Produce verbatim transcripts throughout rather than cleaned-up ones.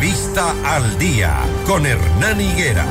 Entrevista al Día con Hernán Higuera.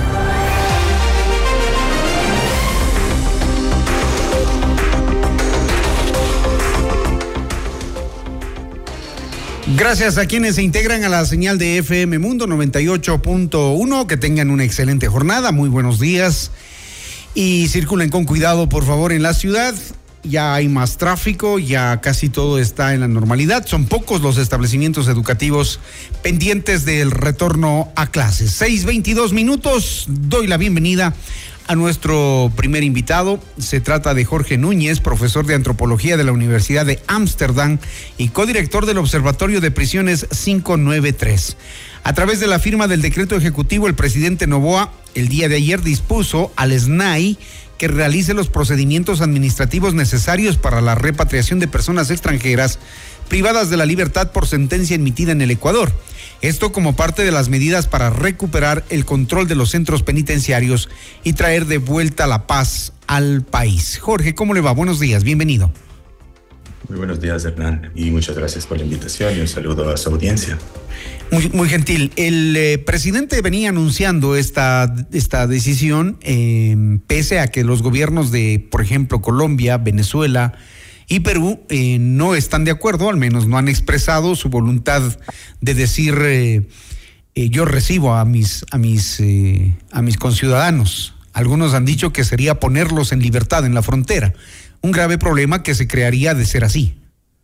Gracias a quienes se integran a la señal de F M Mundo noventa y ocho punto uno. Que tengan una excelente jornada. Muy buenos días. Y circulen con cuidado, por favor, en la ciudad. Ya hay más tráfico, ya casi todo está en la normalidad. Son pocos los establecimientos educativos pendientes del retorno a clases. seis veintidós minutos. Doy la bienvenida a nuestro primer invitado. Se trata de Jorge Núñez, profesor de antropología de la Universidad de Ámsterdam y codirector del Observatorio de Prisiones quinientos noventa y tres. A través de la firma del decreto ejecutivo, el presidente Noboa el día de ayer dispuso al S N A I que realice los procedimientos administrativos necesarios para la repatriación de personas extranjeras privadas de la libertad por sentencia emitida en el Ecuador. Esto como parte de las medidas para recuperar el control de los centros penitenciarios y traer de vuelta la paz al país. Jorge, ¿cómo le va? Buenos días, bienvenido. Muy buenos días, Hernán, y muchas gracias por la invitación y un saludo a su audiencia. Muy, muy gentil. El eh, presidente venía anunciando esta, esta decisión, eh, pese a que los gobiernos de, por ejemplo, Colombia, Venezuela y Perú eh, no están de acuerdo, al menos no han expresado su voluntad de decir eh, eh, yo recibo a mis, a mis, eh, a mis conciudadanos. Algunos han dicho que sería ponerlos en libertad en la frontera. Un grave problema que se crearía de ser así.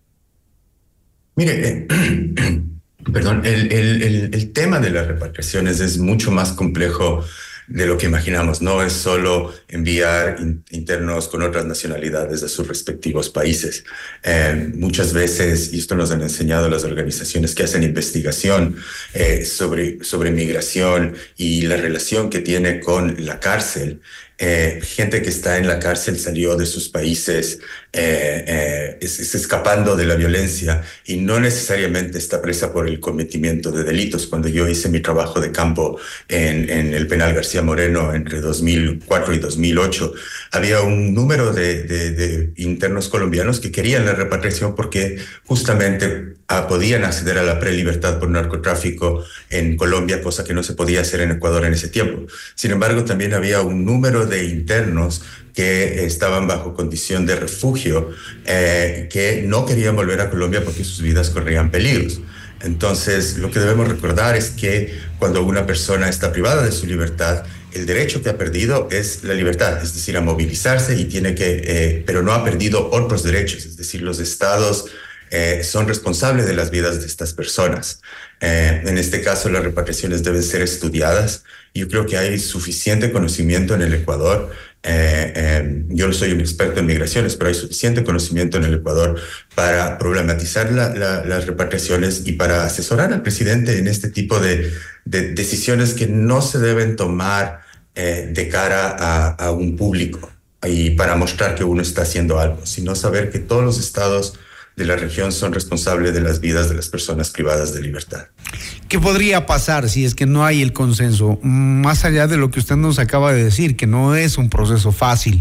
Mire, eh, perdón, el, el, el, el tema de las repatriaciones es mucho más complejo de lo que imaginamos. No es solo enviar in, internos con otras nacionalidades a sus respectivos países. Eh, muchas veces, y esto nos han enseñado las organizaciones que hacen investigación eh, sobre, sobre migración y la relación que tiene con la cárcel, Eh, gente que está en la cárcel salió de sus países eh, eh, es, es escapando de la violencia y no necesariamente está presa por el cometimiento de delitos. Cuando yo hice mi trabajo de campo en, en el penal García Moreno entre dos mil cuatro y dos mil ocho, había un número de, de, de internos colombianos que querían la repatriación porque justamente ah, podían acceder a la prelibertad por narcotráfico en Colombia, cosa que no se podía hacer en Ecuador en ese tiempo. Sin embargo, también había un número de internos que estaban bajo condición de refugio, eh, que no querían volver a Colombia porque sus vidas corrían peligros. Entonces, lo que debemos recordar es que cuando una persona está privada de su libertad, el derecho que ha perdido es la libertad, es decir, a movilizarse y tiene que, eh, pero no ha perdido otros derechos, es decir, los estados eh, son responsables de las vidas de estas personas. Eh, en este caso, las repatriaciones deben ser estudiadas. Yo creo que hay suficiente conocimiento en el Ecuador. Eh, eh, yo no soy un experto en migraciones, pero hay suficiente conocimiento en el Ecuador para problematizar la, la, las repatriaciones y para asesorar al presidente en este tipo de, de decisiones que no se deben tomar eh, de cara a, a un público y para mostrar que uno está haciendo algo, sino saber que todos los estados de la región son responsables de las vidas de las personas privadas de libertad. ¿Qué podría pasar si es que no hay el consenso? Más allá de lo que usted nos acaba de decir, que no es un proceso fácil.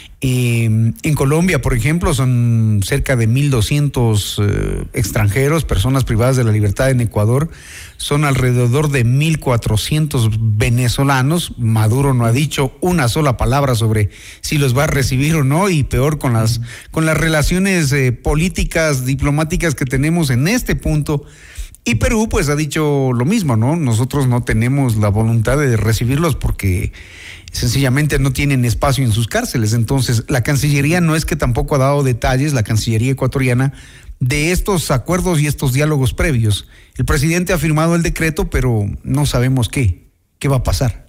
Eh, en Colombia, por ejemplo, son cerca de mil doscientos eh, extranjeros, personas privadas de la libertad. En Ecuador son alrededor de mil cuatrocientos venezolanos. Maduro no ha dicho una sola palabra sobre si los va a recibir o no, y peor con las, con las relaciones eh, políticas, diplomáticas que tenemos en este punto. Y Perú pues ha dicho lo mismo, ¿no? Nosotros no tenemos la voluntad de recibirlos porque sencillamente no tienen espacio en sus cárceles. Entonces, la Cancillería no es que tampoco ha dado detalles, la Cancillería ecuatoriana, de estos acuerdos y estos diálogos previos. El presidente ha firmado el decreto, pero no sabemos qué, qué va a pasar.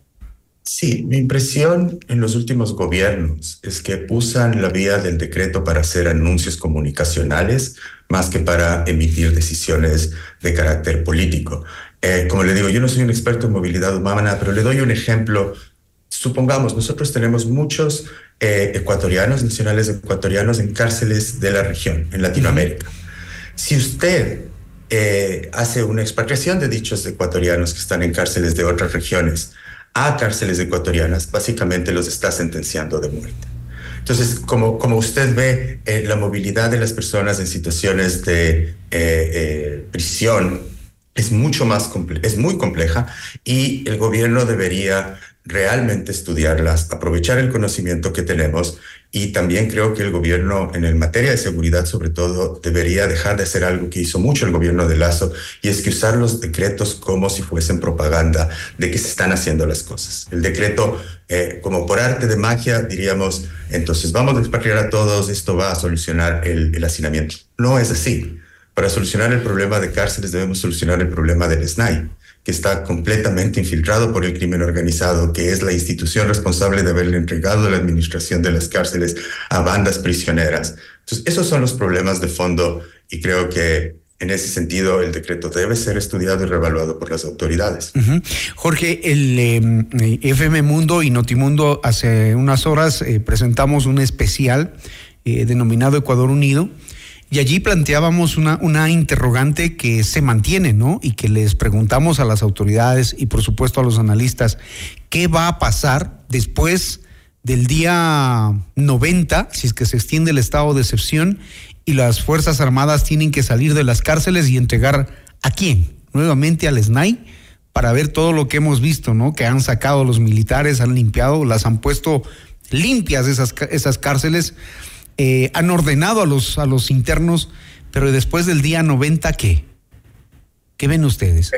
Sí, mi impresión en los últimos gobiernos es que usan la vía del decreto para hacer anuncios comunicacionales más que para emitir decisiones de carácter político. Eh, como le digo, yo no soy un experto en movilidad humana, pero le doy un ejemplo. Supongamos, nosotros tenemos muchos eh, ecuatorianos, nacionales ecuatorianos en cárceles de la región, en Latinoamérica. Si usted eh, hace una expatriación de dichos ecuatorianos que están en cárceles de otras regiones a cárceles ecuatorianas, básicamente los está sentenciando de muerte. Entonces, como, como usted ve, eh, la movilidad de las personas en situaciones de eh, eh, prisión es mucho más comple- es muy compleja y el gobierno debería realmente estudiarlas, aprovechar el conocimiento que tenemos, y también creo que el gobierno en el materia de seguridad sobre todo debería dejar de hacer algo que hizo mucho el gobierno de Lasso, y es que usar los decretos como si fuesen propaganda de que se están haciendo las cosas. El decreto, eh, como por arte de magia, diríamos, entonces vamos a expatriar a todos, esto va a solucionar el, el hacinamiento. No es así. Para solucionar el problema de cárceles debemos solucionar el problema del S N A I, que está completamente infiltrado por el crimen organizado, que es la institución responsable de haberle entregado la administración de las cárceles a bandas prisioneras. Entonces, esos son los problemas de fondo, y creo que en ese sentido el decreto debe ser estudiado y reevaluado por las autoridades. Uh-huh. Jorge, el eh, F M Mundo y Notimundo hace unas horas eh, presentamos un especial eh, denominado Ecuador Unido. Y allí planteábamos una, una interrogante que se mantiene, ¿no? Y que les preguntamos a las autoridades y por supuesto a los analistas, ¿qué va a pasar después del día noventa, si es que se extiende el estado de excepción y las Fuerzas Armadas tienen que salir de las cárceles y entregar ¿a quién? Nuevamente al S N A I, para ver todo lo que hemos visto, ¿no? Que han sacado los militares, han limpiado, las han puesto limpias esas, esas cárceles. Eh, han ordenado a los, a los internos, pero después del día noventa, ¿qué? ¿Qué ven ustedes?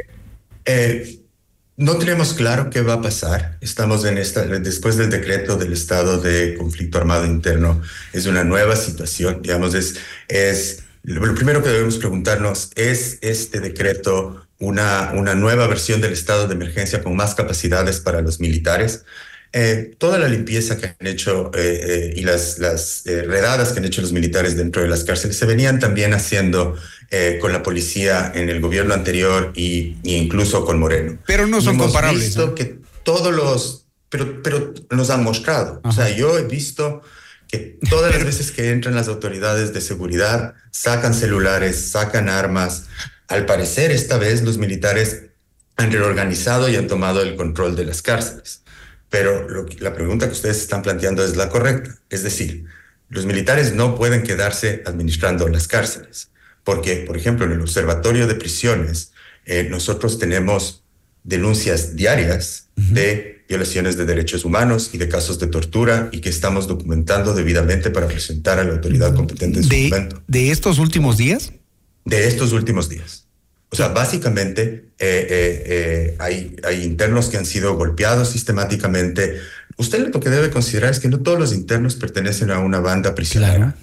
Eh, no tenemos claro qué va a pasar. Estamos en esta, después del decreto del estado de conflicto armado interno, es una nueva situación, digamos, es, es lo primero que debemos preguntarnos, ¿es este decreto una, una nueva versión del estado de emergencia con más capacidades para los militares? Eh, toda la limpieza que han hecho eh, eh, y las, las eh, redadas que han hecho los militares dentro de las cárceles se venían también haciendo eh, con la policía en el gobierno anterior y, y incluso con Moreno. Pero no son Hemos comparables. Visto ¿no? que todos los, pero, pero nos han mostrado. Ajá. O sea, yo he visto que todas las veces que entran las autoridades de seguridad sacan celulares, sacan armas. Al parecer, esta vez los militares han reorganizado y han tomado el control de las cárceles. Pero lo que, la pregunta que ustedes están planteando es la correcta. Es decir, los militares no pueden quedarse administrando las cárceles. Porque, por ejemplo, en el Observatorio de Prisiones, eh, nosotros tenemos denuncias diarias uh-huh. de violaciones de derechos humanos y de casos de tortura, y que estamos documentando debidamente para presentar a la autoridad competente en su de, momento. ¿De estos últimos días? De estos últimos días. O sea, básicamente eh, eh, eh, hay, hay internos que han sido golpeados sistemáticamente. Usted lo que debe considerar es que no todos los internos pertenecen a una banda prisionera. Claro.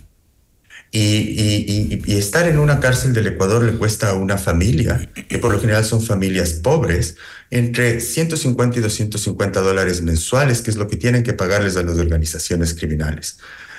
Y, y, y, y estar en una cárcel del Ecuador le cuesta a una familia, que por lo general son familias pobres, entre ciento cincuenta y doscientos cincuenta dólares mensuales, que es lo que tienen que pagarles a las organizaciones criminales.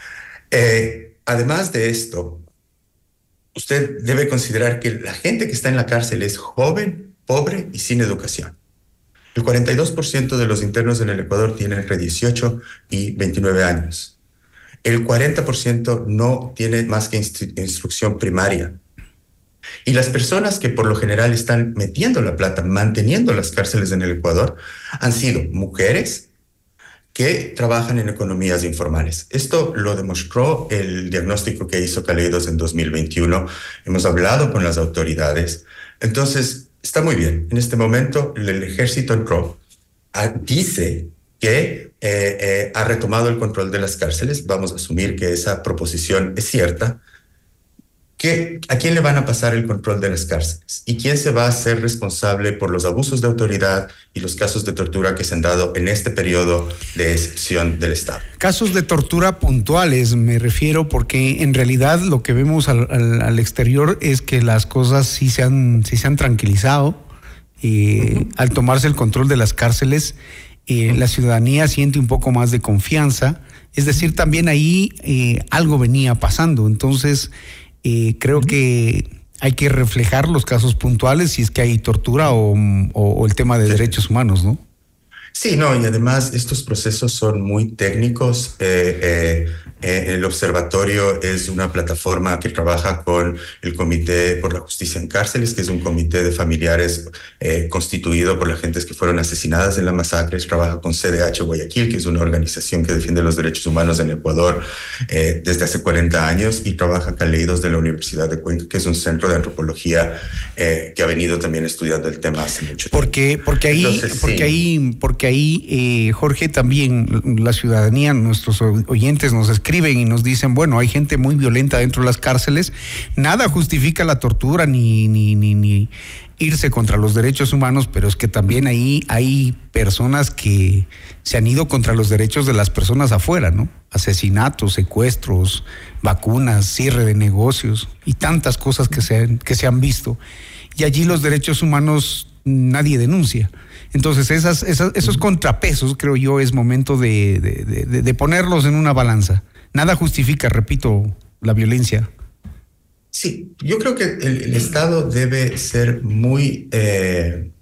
Eh, además de esto, usted debe considerar que la gente que está en la cárcel es joven, pobre y sin educación. El cuarenta y dos por ciento de los internos en el Ecuador tienen entre dieciocho y veintinueve años. El cuarenta por ciento no tiene más que instru- instrucción primaria. Y las personas que por lo general están metiendo la plata, manteniendo las cárceles en el Ecuador, han sido mujeres que trabajan en economías informales. Esto lo demostró el diagnóstico que hizo Caleidos en dos mil veintiuno. Hemos hablado con las autoridades. Entonces, está muy bien. En este momento, el ejército entró, dice que eh, eh, ha retomado el control de las cárceles. Vamos a asumir que esa proposición es cierta. ¿Qué, ¿A quién le van a pasar el control de las cárceles? ¿Y quién se va a hacer responsable por los abusos de autoridad y los casos de tortura que se han dado en este periodo de excepción del Estado? Casos de tortura puntuales, me refiero, porque en realidad lo que vemos al, al, al exterior es que las cosas sí se han, sí se han tranquilizado. Eh, uh-huh. Al tomarse el control de las cárceles, eh, uh-huh. la ciudadanía siente un poco más de confianza. Es decir, también ahí eh, algo venía pasando. Entonces, Eh, creo que hay que reflejar los casos puntuales si es que hay tortura o, o, o el tema de derechos humanos, ¿no? Sí, no, y además estos procesos son muy técnicos. Eh, eh, eh, el observatorio es una plataforma que trabaja con el Comité por la Justicia en Cárceles, que es un comité de familiares eh, constituido por las gentes que fueron asesinadas en las masacres. Trabaja con C D H Guayaquil, que es una organización que defiende los derechos humanos en Ecuador eh, desde hace cuarenta años, y trabaja Caleidos de la Universidad de Cuenca, que es un centro de antropología eh, que ha venido también estudiando el tema hace mucho tiempo. Porque, porque ahí, Entonces, porque sí. ahí, porque ahí, eh, Jorge, también la ciudadanía, nuestros oyentes nos escriben y nos dicen, bueno, hay gente muy violenta dentro de las cárceles, nada justifica la tortura ni, ni, ni, ni irse contra los derechos humanos, pero es que también ahí hay personas que se han ido contra los derechos de las personas afuera, ¿no? Asesinatos, secuestros, vacunas, cierre de negocios y tantas cosas que se han, que se han visto. Y allí los derechos humanos nadie denuncia. Entonces esas, esas, esos contrapesos, creo yo, es momento de, de, de, de ponerlos en una balanza. Nada justifica, repito, la violencia. Sí, yo creo que el, el Estado debe ser muy, eh,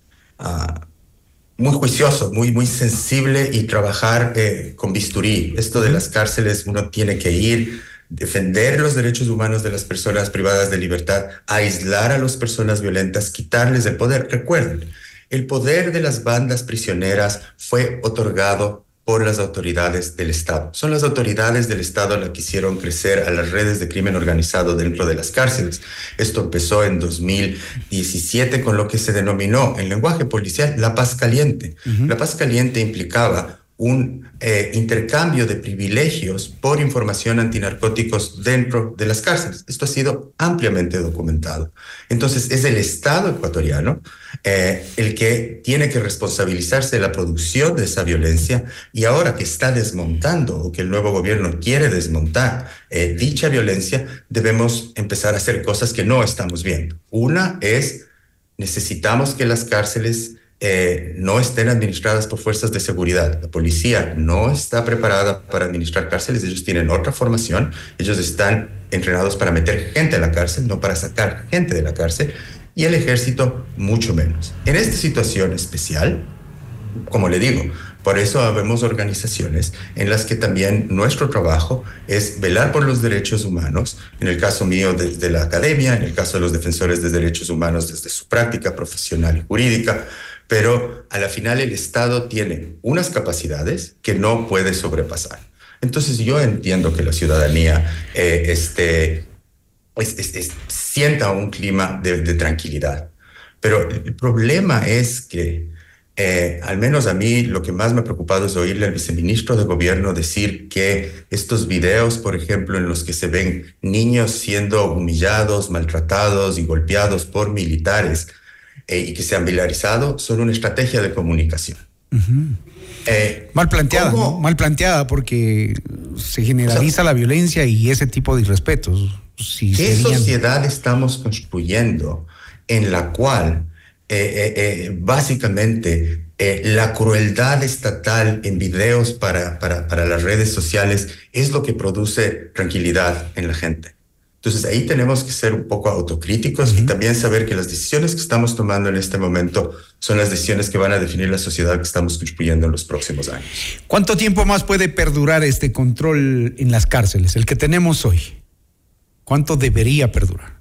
uh, muy juicioso, muy, muy sensible y trabajar eh, con bisturí. Esto de las cárceles, uno tiene que ir, defender los derechos humanos de las personas privadas de libertad, aislar a las personas violentas, quitarles el poder. Recuerden, el poder de las bandas prisioneras fue otorgado por las autoridades del Estado. Son las autoridades del Estado las que hicieron crecer a las redes de crimen organizado dentro de las cárceles. Esto empezó en dos mil diecisiete con lo que se denominó en lenguaje policial la paz caliente. Uh-huh. La paz caliente implicaba un eh, intercambio de privilegios por información antinarcóticos dentro de las cárceles. Esto ha sido ampliamente documentado. Entonces, es el Estado ecuatoriano eh, el que tiene que responsabilizarse de la producción de esa violencia, y ahora que está desmontando o que el nuevo gobierno quiere desmontar eh, dicha violencia, debemos empezar a hacer cosas que no estamos viendo. Una es, necesitamos que las cárceles Eh, no estén administradas por fuerzas de seguridad. La policía no está preparada para administrar cárceles, ellos tienen otra formación, ellos están entrenados para meter gente a la cárcel, no para sacar gente de la cárcel, y el ejército mucho menos. En esta situación especial, como le digo, por eso habemos organizaciones en las que también nuestro trabajo es velar por los derechos humanos, en el caso mío desde la academia, en el caso de los defensores de derechos humanos desde su práctica profesional y jurídica, pero a la final el Estado tiene unas capacidades que no puede sobrepasar. Entonces yo entiendo que la ciudadanía eh, este, es, es, es, sienta un clima de, de tranquilidad, pero el problema es que Eh, al menos a mí lo que más me ha preocupado es oírle al viceministro de Gobierno decir que estos videos, por ejemplo, en los que se ven niños siendo humillados, maltratados y golpeados por militares eh, y que se han viralizado, son una estrategia de comunicación. Uh-huh. Eh, Mal planteada, ¿no? Mal planteada porque se generaliza, o sea, la violencia y ese tipo de irrespetos. Si ¿Qué serían... sociedad estamos construyendo en la cual Eh, eh, eh, básicamente eh, la crueldad estatal en videos para, para, para las redes sociales es lo que produce tranquilidad en la gente? Entonces ahí tenemos que ser un poco autocríticos uh-huh. y también saber que las decisiones que estamos tomando en este momento son las decisiones que van a definir la sociedad que estamos construyendo en los próximos años. ¿Cuánto tiempo más puede perdurar este control en las cárceles, el que tenemos hoy? ¿Cuánto debería perdurar?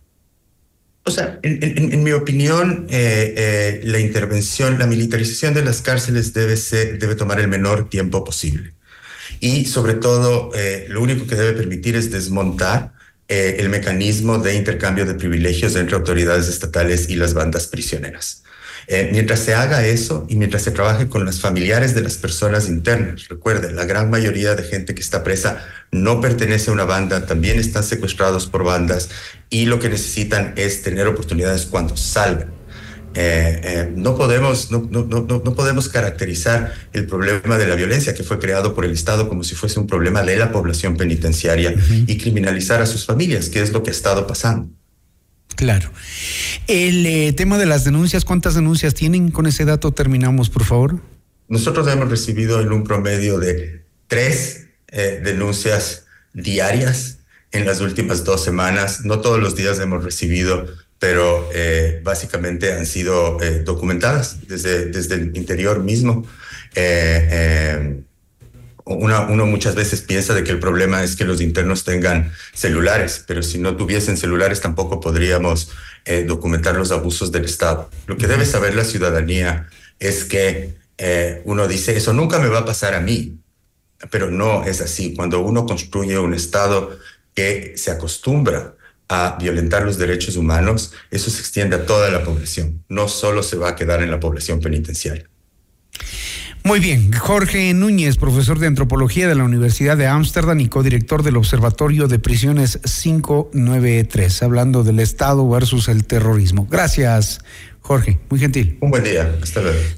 O sea, en, en, en mi opinión, eh, eh, la intervención, la militarización de las cárceles debe, ser, debe tomar el menor tiempo posible. Y sobre todo, eh, lo único que debe permitir es desmontar eh, el mecanismo de intercambio de privilegios entre autoridades estatales y las bandas prisioneras. Eh, mientras se haga eso y mientras se trabaje con los familiares de las personas internas, recuerden, la gran mayoría de gente que está presa no pertenece a una banda, también están secuestrados por bandas y lo que necesitan es tener oportunidades cuando salgan. Eh, eh, no podemos, no, no, no, no podemos caracterizar el problema de la violencia que fue creado por el Estado como si fuese un problema de la población penitenciaria uh-huh. y criminalizar a sus familias, que es lo que ha estado pasando. Claro. El eh, tema de las denuncias, ¿cuántas denuncias tienen? Con ese dato terminamos, por favor. Nosotros hemos recibido en un promedio de tres eh, denuncias diarias en las últimas dos semanas. No todos los días hemos recibido pero eh, básicamente han sido eh, documentadas desde, desde el interior mismo. Eh, eh, una, uno muchas veces piensa de que el problema es que los internos tengan celulares, pero si no tuviesen celulares tampoco podríamos eh, documentar los abusos del Estado. Lo que debe saber la ciudadanía es que eh, uno dice, eso nunca me va a pasar a mí, pero no es así. Cuando uno construye un Estado que se acostumbra a violentar los derechos humanos, eso se extiende a toda la población, no solo se va a quedar en la población penitenciaria. Muy bien, Jorge Núñez, profesor de Antropología de la Universidad de Ámsterdam y codirector del Observatorio de Prisiones quinientos noventa y tres, hablando del Estado versus el terrorismo. Gracias, Jorge, muy gentil. Un buen día, hasta luego.